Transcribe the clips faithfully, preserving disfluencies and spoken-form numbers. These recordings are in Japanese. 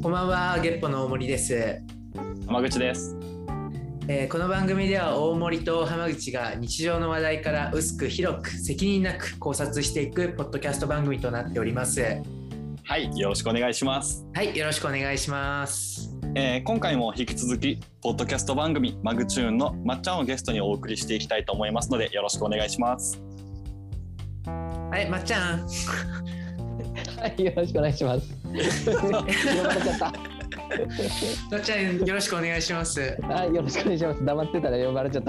こんばんは、ゲッポの大森です。 浜口です。 えー、この番組では大森と浜口が日常の話題から薄く広く責任なく考察していくポッドキャスト番組となっております。 はい、よろしくお願いします。 はい、よろしくお願いします。 えー、今回も引き続きポッドキャスト番組マグチューンのまっちゃんをゲストにお送りしていきたいと思いますのでよろしくお願いします。 はい、まっちゃんはい、よろしくお願いします。呼ばれちゃった。 まっちゃん、よろしくお願いします。 はい、よろしくお願いします。黙ってたら呼ばれちゃった。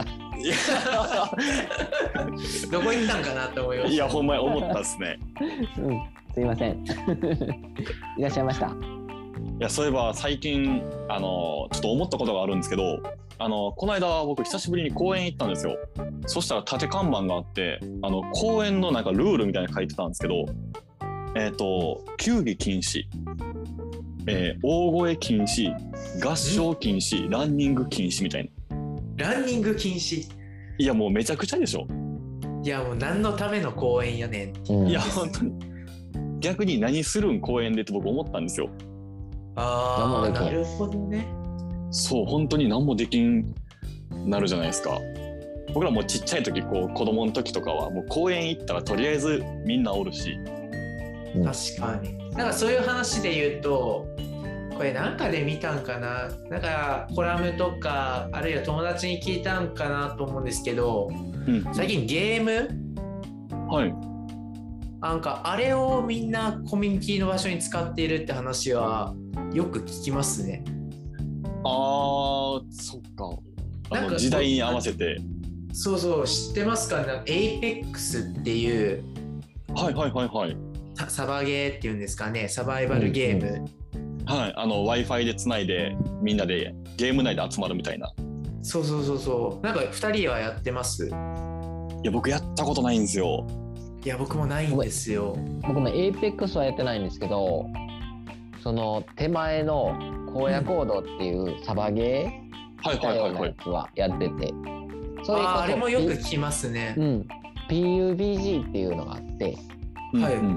どこ行ったんかなと思いました。 いや、ほんまに思ったですね。 うん、すいません。いらっしゃいました。いや、そういえば最近あのちょっと思ったことがあるんですけど、あのこの間僕久しぶりに公園行ったんですよ。そしたら縦看板があって、あの公園のなんかルールみたいなの書いてたんですけど、えっと球技禁止、えー、大声禁止、合唱禁止、ランニング禁止みたいな。ランニング禁止。 いや、もうめちゃくちゃでしょ。 いや、もう何のための公園やねんって、 うん、いや本当に逆に何するん公園でって僕思ったんですよ。 ああ、なるほどね。 そう、本当に何もできんなるじゃないですか。僕らもちっちゃい時、こう子供の時とかはもう公園行ったらとりあえずみんなおるし。 確かに。なんかそういう話で言うと、これなんかで見たんかな、なんかコラムとかあるいは友達に聞いたんかなと思うんですけど、うん、最近ゲーム、 はい、 なんかあれをみんなコミュニティの場所に使っているって話はよく聞きますね。 あー、そっか。あの時代に合わせて。 そうそう、知ってますかね。エイペックスっていう、 はいはいはいはい、 サバゲーっていうんですかね、サバイバルゲーム、うんうん、はい、あの Wi-Fi でつないでみんなでゲーム内で集まるみたいな。 そうそうそうそう。なんかふたりはやってます？いや、僕やったことないんですよ。 いや、僕もないんですよ。 僕も エイペックス はやってないんですけど、その手前の荒野行動っていうサバゲーみたいなやつはやってて、 それこそ あ, あれもよく聞きますね。 うん、ピーユービージー っていうのがあって、 はい、 うん、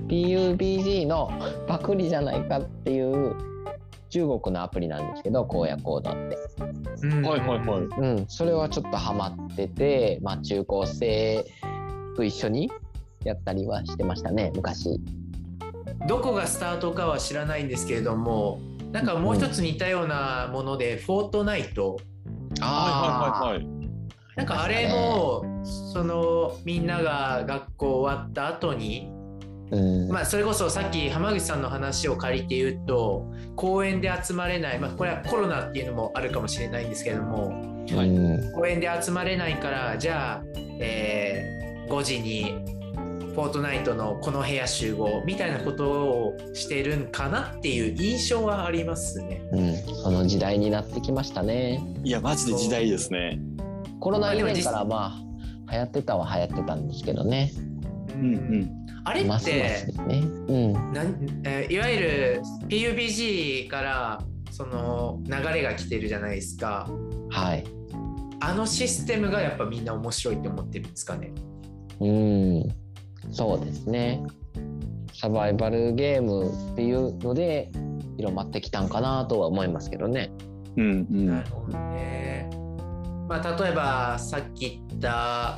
ピーユービージー のパクリじゃないかっていう中国のアプリなんですけど、荒野行動って、 うん、はいはいはい、 うん、それはちょっとハマってて、まあ、中高生と一緒にやったりはしてましたね、昔。 どこがスタートかは知らないんですけれども、なんかもう一つ似たようなもので、うん、フォートナイト、 あはいはいはいはい、 なんかあれも、そのみんなが学校終わった後に、うん、まあそれこそさっき浜口さんの話を借りて言うと、公園で集まれない、まあこれはコロナっていうのもあるかもしれないんですけども、はい、公園で集まれないから、じゃあ、えー、ごじにフォートナイトのこの部屋集合みたいなことをしてるんかなっていう印象はありますね。 うん、その時代になってきましたね。 いや、マジで時代ですね。 コロナ以前からまあ流行ってたは流行ってたんですけどね。 うんうん。あれって、ますますね、うん、なえー、いわゆる ピーユービージー からその流れが来てるじゃないですか。 はい。 あのシステムがやっぱみんな面白いって思ってるんですかね。 うん、そうですね。サバイバルゲームっていうので広まってきたんかなとは思いますけどね。 うんうん、 なるほどね。まあ、例えばさっき言った、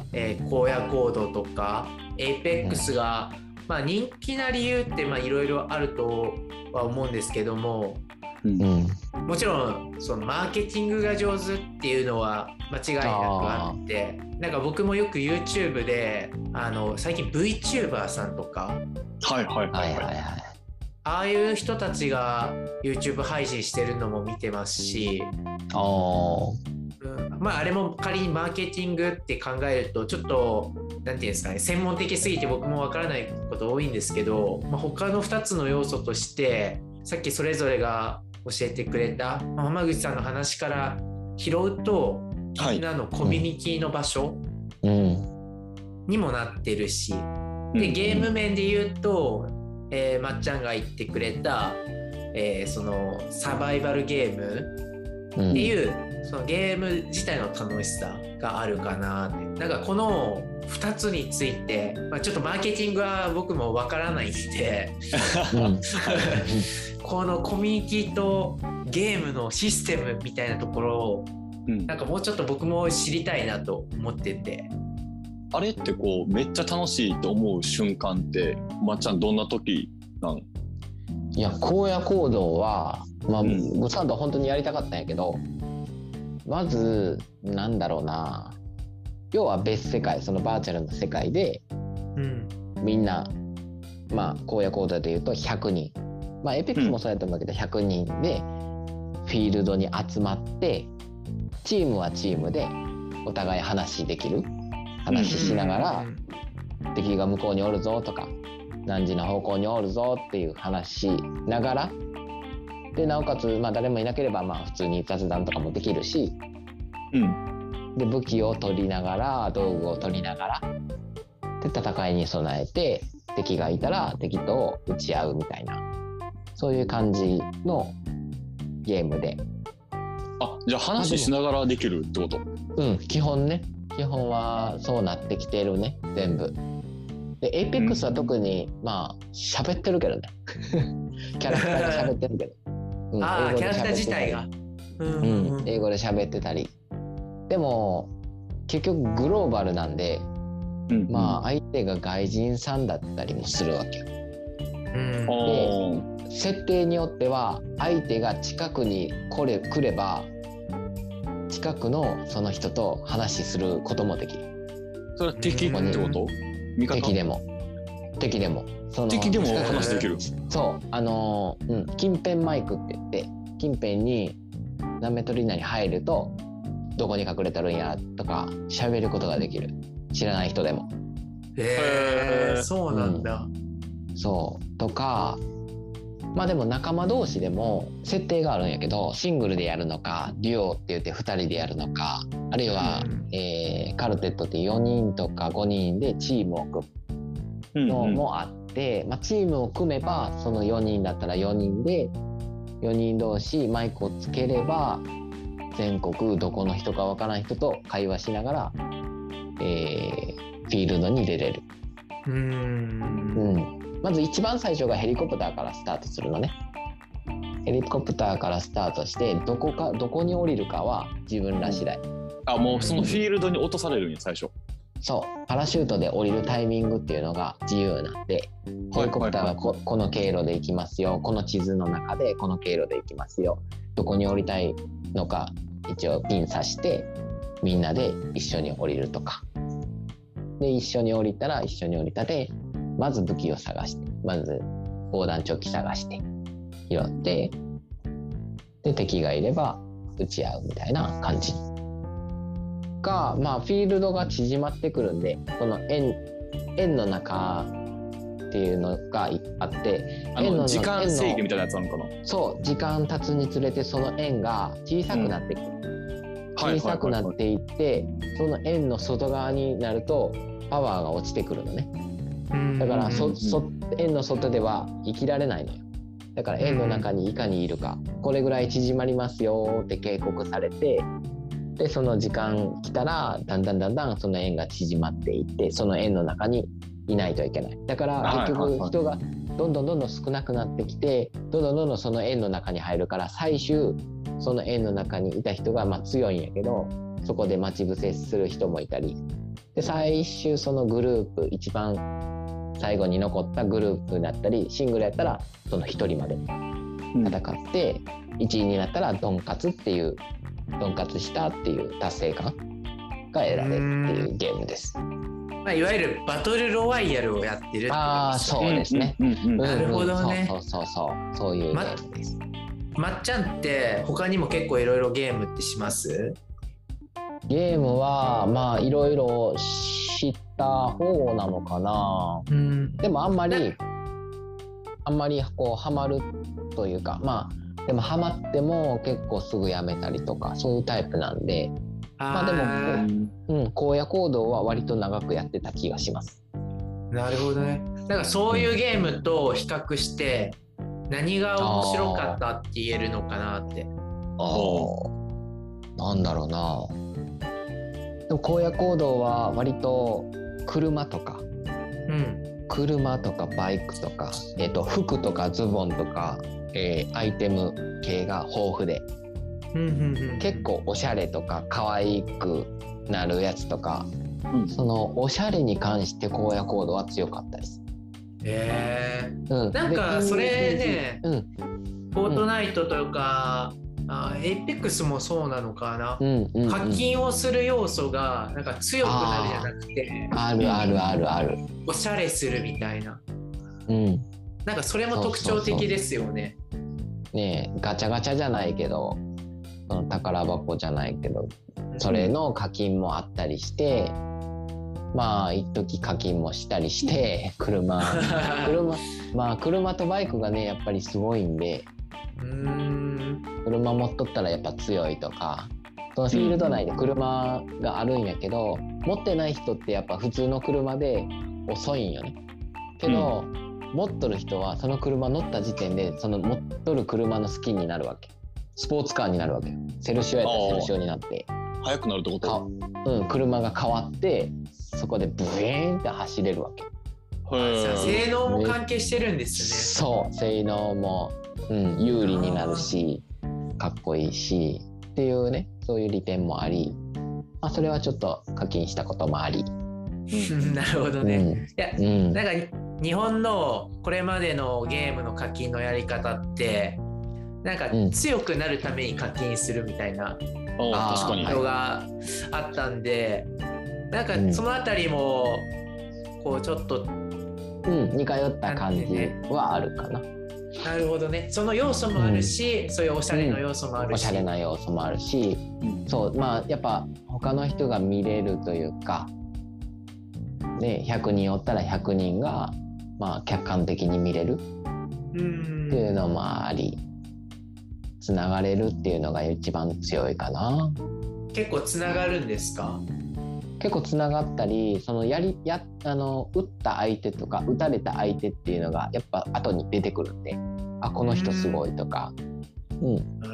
えー、荒野行動とかエイペックスが、うん、まあ、人気な理由っていろいろあるとは思うんですけども、うん、もちろんそのマーケティングが上手っていうのは間違いなくあって、なんか僕もよく YouTube であの最近 VTuber さんとか、 はいはいはいはい、 ああいう人たちが YouTube 配信してるのも見てますし、 あうん、まああれも仮にマーケティングって考えるとちょっとなんていうんですかね、専門的すぎて僕もわからないこと多いんですけど、まあ、他のふたつの要素としてさっきそれぞれが教えてくれた、まあ、浜口さんの話から拾うと、みんなのコミュニティの場所にもなってるし、うん、でゲーム面で言うと、えー、まっちゃんが言ってくれた、えー、そのサバイバルゲームっていう、うん、そのゲーム自体の楽しさがあるかなって。なんかこのふたつについて、まあ、ちょっとマーケティングは僕もわからないんでこのコミュニティとゲームのシステムみたいなところを、うん、なんかもうちょっと僕も知りたいなと思ってて。 あれってこうめっちゃ楽しいと思う瞬間ってまっちゃんどんな時なの？ いや荒野行動はまあ、うん、グサンド本当にやりたかったんやけど、まずなんだろうな、要は別世界、そのバーチャルの世界で、うん、みんなまあ荒野行動でいうとひゃくにん、まあエピックスもそうやったんだけどひゃくにんでフィールドに集まって、チームはチームでお互い話できる、話しながら、うん、敵が向こうにおるぞとか何時の方向におるぞっていう話しながらで、なおかつ、まあ、誰もいなければまあ普通に雑談とかもできるし、うん、で武器を取りながら道具を取りながらで戦いに備えて、敵がいたら敵と打ち合うみたいな、そういう感じのゲームで。 あ、じゃあ話しながらできるってこと？ うん、基本ね、基本はそうなってきてるね、全部で。エイペックスは特に、うん、まあ喋ってるけどねキャラクターが喋ってるけど、 うん、ああキャラクター自体が、 うんうんうん、英語で喋ってたり、でも結局グローバルなんで、うん、まあ相手が外人さんだったりもするわけよ、うん、で設定によっては相手が近くに来れ、来れば近くのその人と話することもできる。 それは敵ってこと？味方？ 敵でも敵でもその敵でも話できる。 そうあの、うん、近辺マイクって言って近辺に何メートル以内に入るとどこに隠れてるんやとか喋ることができる。知らない人でも。 へえ、そうなんだ、 うん、そうとか、まあでも仲間同士でも設定があるんやけど、シングルでやるのかデュオって言ってふたりでやるのか、あるいは、うんえー、カルテットってよにんとかごにんでチームを組むのもあって、うんうんまあ、チームを組めばそのよにんだったらよにんでよにん同士マイクをつければ全国どこの人かわからない人と会話しながら、えー、フィールドに出れる。うーん、うんまず一番最初がヘリコプターからスタートするのね。ヘリコプターからスタートしてどこかどこに降りるかは自分ら次第。 あ、もうそのフィールドに落とされるんや最初。 そうパラシュートで降りるタイミングっていうのが自由なんで、ヘリコプターが こ, この経路で行きますよ、この地図の中でこの経路で行きますよ、どこに降りたいのか一応ピン刺してみんなで一緒に降りるとかで、一緒に降りたら一緒に降りたでまず武器を探して、まず防弾チョッキ探して拾ってで敵がいれば撃ち合うみたいな感じが、まあフィールドが縮まってくるんで、この円円の中っていうのがあって、 あの円の時間制御みたいなやつなのかな。 そう時間経つにつれてその円が小さくなっていく、うん、小さくなっていって、その円の外側になるとパワーが落ちてくるのね。だからそそ円の外では生きられないのよ。だから円の中にいかにいるか、これぐらい縮まりますよって警告されて、でその時間来たらだんだんだんだんその円が縮まっていって、その円の中にいないといけない。だから結局人がどんどんどんどん少なくなってきて、どんどんどんどんその円の中に入るから、最終その円の中にいた人がまあ強いんやけど、そこで待ち伏せする人もいたりで、最終そのグループ一番最後に残ったグループだったり、シングルやったらそのひとりまで戦って、うん、いちいになったらドンカツっていうドンカツしたっていう達成感が得られるっていうゲームです。 まあ、いわゆるバトルロワイヤルをやってるってことですね。 ああ、そうですね、うんうんうん、 なるほどね。 そうそうそうそういうゲームです。 ま、まっちゃんって他にも結構いろいろゲームってします？ ゲームはまあいろいろ知った方なのかな、うん、でもあんまりあんまりこうハマるというか、まあでもハマっても結構すぐやめたりとかそういうタイプなんで、あまあでも、うん、荒野行動は割と長くやってた気がします。 なるほどね。だからそういうゲームと比較して何が面白かったって言えるのかなって。 ああ、なんだろうな。でも荒野行動は割と車とか、 うん、 車とかバイクとか、えーと、服とかズボンとか、えーアイテム系が豊富で、 うんうんうん、 結構おしゃれとか可愛くなるやつとか、 うん、 そのおしゃれに関して荒野行動は強かったです。 へえ、 うん、 なんかそれね、 うん、 フォートナイトというか、あエイペックスもそうなのかな、 うんうんうん、 課金をする要素がなんか強くなるじゃなくて、 あるあるあるある、 おしゃれするみたいな、 うん、 なんかそれも特徴的ですよね。 そうそうそうねえ、ガチャガチャじゃないけど、その宝箱じゃないけど、それの課金もあったりして、まあ一時課金もしたりして車車まあ車とバイクがねやっぱりすごいんで、 うーん、 車持っとったらやっぱ強いとか、そのフィールド内で車があるんやけど、持ってない人ってやっぱ普通の車で遅いんよね。けど、うん、持っとる人はその車乗った時点でその持っとる車の好きになるわけ。スポーツカーになるわけ。セルシオやったらセルシオになって速くなるってこと？ うん、車が変わってそこでブイーンって走れるわけ。 性能も関係してるんですね。そう性能も、うん、有利になるしかっこいいしっていうね、そういう利点もあり、まあ、それはちょっと課金したこともありなるほどね、うん、いや、うん、なんか日本のこれまでのゲームの課金のやり方ってなんか強くなるために課金するみたいなのがあったんで、なんかそのあたりもこうちょっと、 うん、似通った感じはあるかな。 なるほどね。その要素もあるし、うん、そういうおしゃれの要素もあるし、 うん、おしゃれな要素もあるし、うん、そうまあやっぱ他の人が見れるというか、ね、ひゃくにんおったらひゃくにんがまあ客観的に見れるっていうのもあり、つながれるっていうのが一番強いかな。 結構つながるんですか？ 結構つながったり、そのやりやあの打った相手とか打たれた相手っていうのがやっぱ後に出てくるんで、あこの人すごいとか、うん、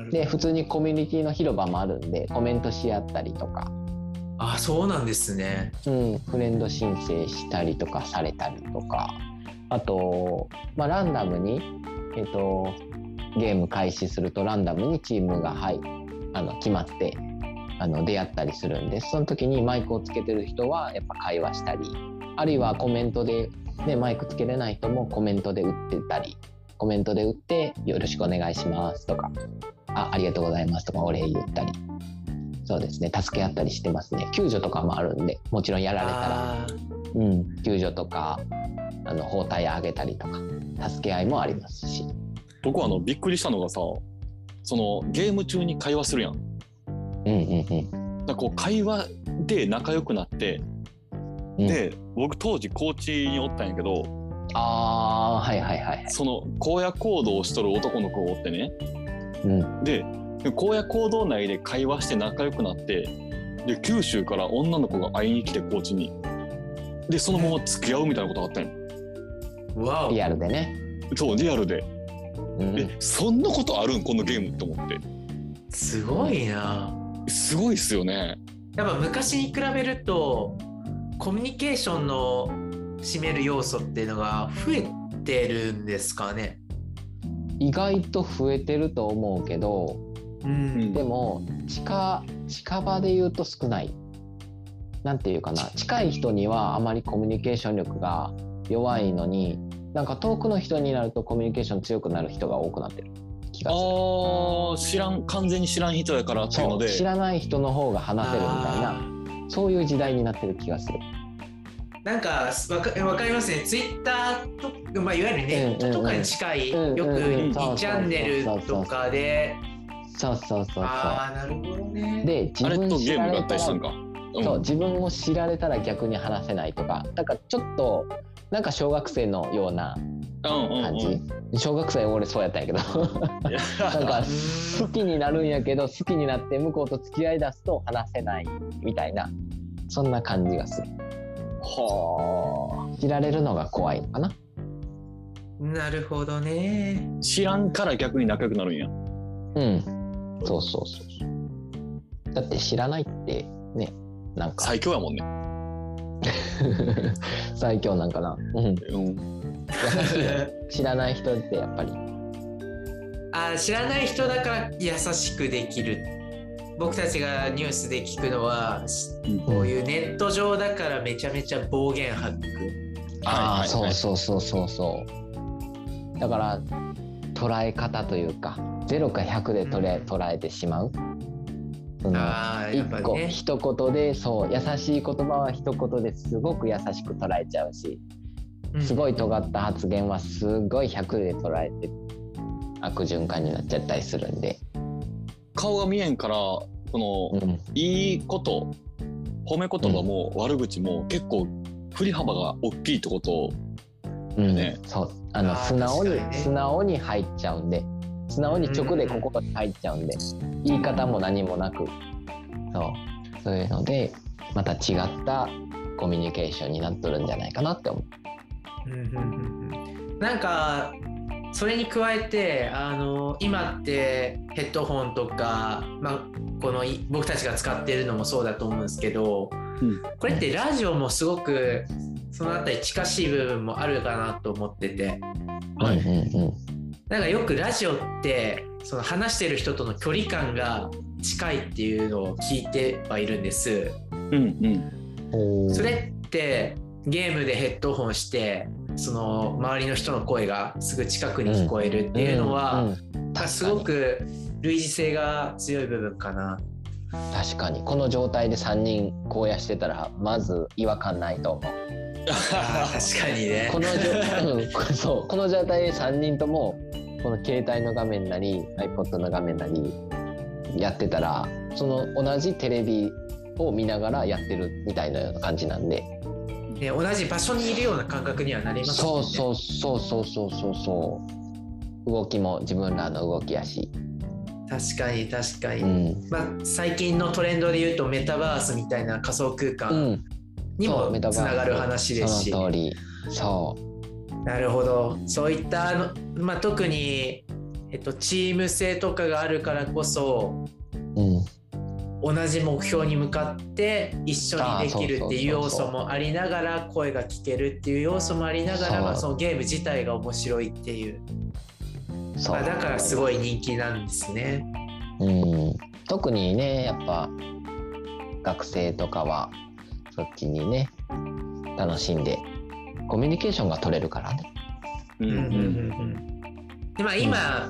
で普通にコミュニティの広場もあるんでコメントし合ったりとか。 あ、そうなんですね。 うん、フレンド申請したりとかされたりとか、あと、まあ、ランダムに、えっと、ゲーム開始するとランダムにチームが、はい、あの決まってあの出会ったりするんで、その時にマイクをつけてる人はやっぱ会話したり、あるいはコメントで、ね、マイクつけれない人もコメントで打ってたり、コメントで打ってよろしくお願いしますとか、 あ, ありがとうございますとかお礼言ったり、そうですね、助け合ったりしてますね。救助とかもあるんで、もちろんやられたら、うん、救助とかあの包帯あげたりとか助け合いもありますし。 僕はあのびっくりしたのがさ、そのゲーム中に会話するやん。 うんうんうん。 だからこう会話で仲良くなって、うん、で僕当時高知におったんやけど、 あーはいはいはい、はい、 その荒野行動をしとる男の子がおってね、うん、で荒野行動内で会話して仲良くなって、で九州から女の子が会いに来て高知に、でそのまま付き合うみたいなことがあったんよ。 わお、 リアルでね。 そうリアルで、うん、えそんなことあるんこのゲームと思って。 すごいな。 すごいっすよね。 やっぱ昔に比べるとコミュニケーションの占める要素っていうのが増えてるんですかね。 意外と増えてると思うけど、うん、でも近近場で言うと少ない。なんていうかな、近い人にはあまりコミュニケーション力が弱いのに、なんか遠くの人になるとコミュニケーション強くなる人が多くなってる気がする。 ああ、知らん、完全に知らん人やからっていうので、 知らない人の方が話せるみたいな、そういう時代になってる気がする。 なんかわか、わかりますね。ツイッターと、まあ、いわゆるネットとかに近い、よくにチャンネルとかで、 そうそうそうそう。 ああ、なるほどね。 で、自分知られたら、 そう、 自分を知られたら逆に話せないとか、だからちょっとなんか小学生のような感じ。うんうんうん、小学生俺そうやったんやけど、なんか好きになるんやけど、好きになって向こうと付き合い出すと話せないみたいな、そんな感じがする。はあ、知られるのが怖いのかな。 なるほどね。 知らんから逆に仲良くなるんや。 うん、そうそうそう。だって知らないってね、なんか最強やもんね。 最強なんかな。うん。 うん、 優しいよ知らない人ってやっぱり。 あ、知らない人だから優しくできる。僕たちがニュースで聞くのは、うん、こういうネット上だからめちゃめちゃ暴言吐く。 ああ、そうそうそうそうそう。だから捉え方というかゼロかひゃくで捉え、うん、捉えてしまう。そのあやっぱりね、 一個一言でそう優しい言葉は一言ですごく優しく捉えちゃうし、すごい尖った発言はすごいひゃくで捉えて悪循環になっちゃったりするんで。 顔が見えんからこの、うん、いいこと褒め言葉も悪口も結構振り幅が大きいってことを、 ね、うん、そうあの素直に、ね、素直に入っちゃうんで素直に直で心に入っちゃうんで、うん、言い方も何もなくそうそういうのでまた違ったコミュニケーションになっとるんじゃないかなって思う。 うんうんうん、なんかそれに加えてあの今ってヘッドホンとか、まあ、この僕たちが使っているのもそうだと思うんですけど、うん、これってラジオもすごくそのあたり近しい部分もあるかなと思ってて、 はいうんうん、 なんかよくラジオってその話してる人との距離感が近いっていうのを聞いてはいるんです、うんうん、それってゲームでヘッドホンしてその周りの人の声がすぐ近くに聞こえるっていうのは、うんうんうん、すごく類似性が強い部分かな。 確かにこの状態でさんにん荒野してたらまず違和感ないと思う。 あ確かにねこの状そうこの状態でさんにんともこの携帯の画面なり iPod の画面なりやってたらその同じテレビを見ながらやってるみたいなような感じなんで、 ね、同じ場所にいるような感覚にはなりますよね。 そうそうそうそうそうそう動きも自分らの動きやし。 確かに確かに、うんまあ、最近のトレンドで言うとメタバースみたいな仮想空間にもつながる話ですし、 うん、その通りそうなるほどそういったの、まあ、特に、えっと、チーム性とかがあるからこそ、うん、同じ目標に向かって一緒にできるっていう要素もありながら声が聞けるっていう要素もありながら、まあ、そのゲーム自体が面白いっていう、まあ、だからすごい人気なんですね。 うん、特にねやっぱ学生とかはそっちにね楽しんでコミュニケーションが取れるからね。 うんうんうんうん、でまあ今、うん、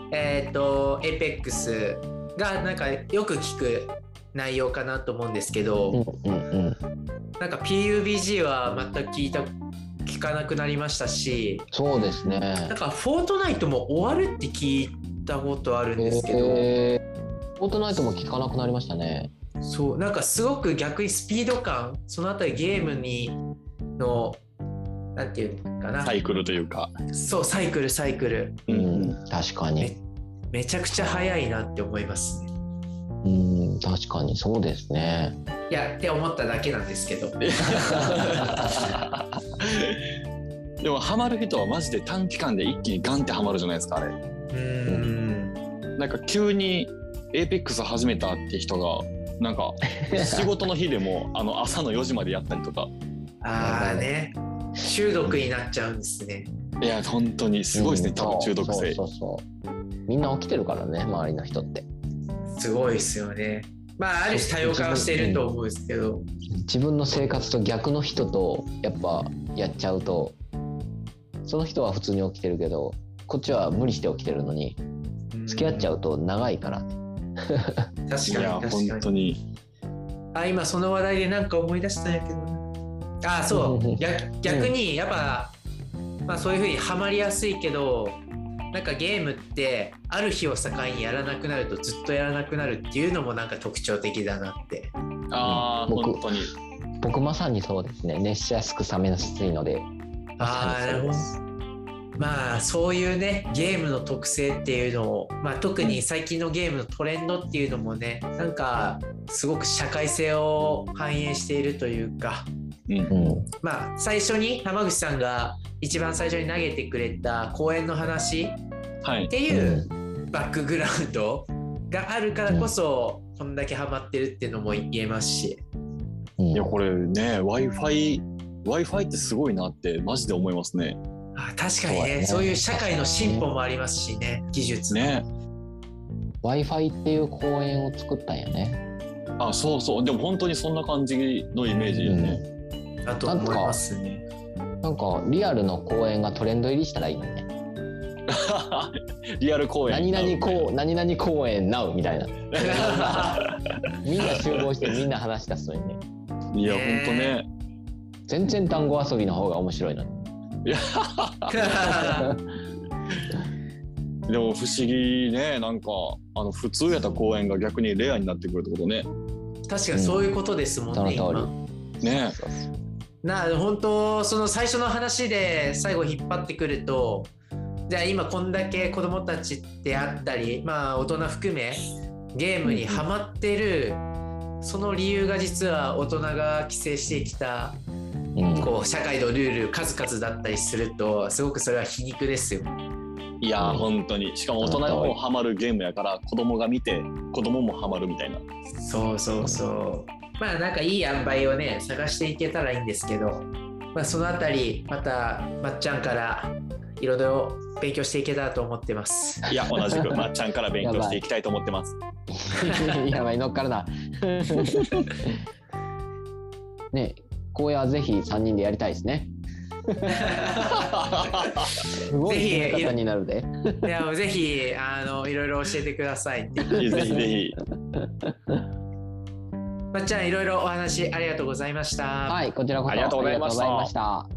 えっと エーペックス がなんかよく聞く内容かなと思うんですけど、うんうんうん、なんか ピーユービージー は全く聞いた聞かなくなりましたし、 そうですね。 なんかフォートナイトも終わるって聞いたことあるんですけど、 えー、フォートナイトも聞かなくなりましたね。 そうなんかすごく逆にスピード感そのあたりゲームにのなんていうかなサイクルというかそうサイクルサイクル、 うん、確かにめ, めちゃくちゃ早いなって思いますね。 うん確かにそうですね。 いやって思っただけなんですけどでもハマる人はマジで短期間で一気にガンってハマるじゃないですかあれ。うんなんか急にエーペックス始めたって人がなんか仕事の日でもあの朝のよじまでやったりとかああね中毒になっちゃうんですね。 いや本当にすごいですね、うん、多分中毒性。 そうそうそうみんな起きてるからね周りの人ってすごいですよね。まあある種多様化はしていると思うんですけど自分の生活と逆の人とやっぱやっちゃうとその人は普通に起きてるけどこっちは無理して起きてるのに付き合っちゃうと長いから確かに確かに本当にあ今その話題でなんか思い出したんやけどあそう逆, 逆にやっぱ、まあ、そういう風にハマりやすいけどなんかゲームってある日を境にやらなくなるとずっとやらなくなるっていうのもなんか特徴的だなって。 ああ、うん、本当に僕まさにそうですね。熱しやすく冷めやすいのであなるほど。まあそういうねゲームの特性っていうのを、まあ、特に最近のゲームのトレンドっていうのもねなんかすごく社会性を反映しているというか、うんうん、まあ最初に浜口さんが一番最初に投げてくれた公園の話っていうバックグラウンドがあるからこそこんだけハマってるっていうのも言えますし、 うん、 いやこれね Wi-Fi Wi-Fi ってすごいなってマジで思いますね。 あ確かに ね, ねそういう社会の進歩もありますしね、技術ね。 Wi-Fi っていう公園を作ったんやね。 あそうそう、でも本当にそんな感じのイメージよね、 うん、だと思いますね。 なんかリアルの公園がトレンド入りしたらいいのね。 リアル公園何々公何々公園 ナウ みたいな。みんな集合してみんな話し出すのにね。 いや、ね、ほんとね。 全然単語遊びの方が面白いのに。いやでも不思議ね、なんかあの普通やった公園が逆にレアになってくるってことね。 確かにそういうことですもんね、 うん、 今。 ね。 な本当その最初の話で最後引っ張ってくると、じゃあ今こんだけ子どもたちであったり、まあ大人含めゲームにハマってる、うん、その理由が実は大人が規制してきた、うん、こう社会のルール数々だったりすると、すごくそれは皮肉ですよ。 いや、うん、本当に。しかも大人がもうハマるゲームやから子供が見て子供もハマるみたいな。 そうそうそう。まあなんかいい塩梅をね探していけたらいいんですけど、まあ、そのあたりまたまっちゃんからいろいろ勉強していけたらと思ってます。 いや同じくまっちゃんから勉強していきたいと思ってます。 やばい、乗っかるな。ね、これはぜひさんにんでやりたいですね。すごい決め方になるで。 いやぜひあのいろいろ教えてくださいって。 ぜひぜひ。 まっちゃんいろいろお話ありがとうございました。 はい、こちらこそありがとうございました。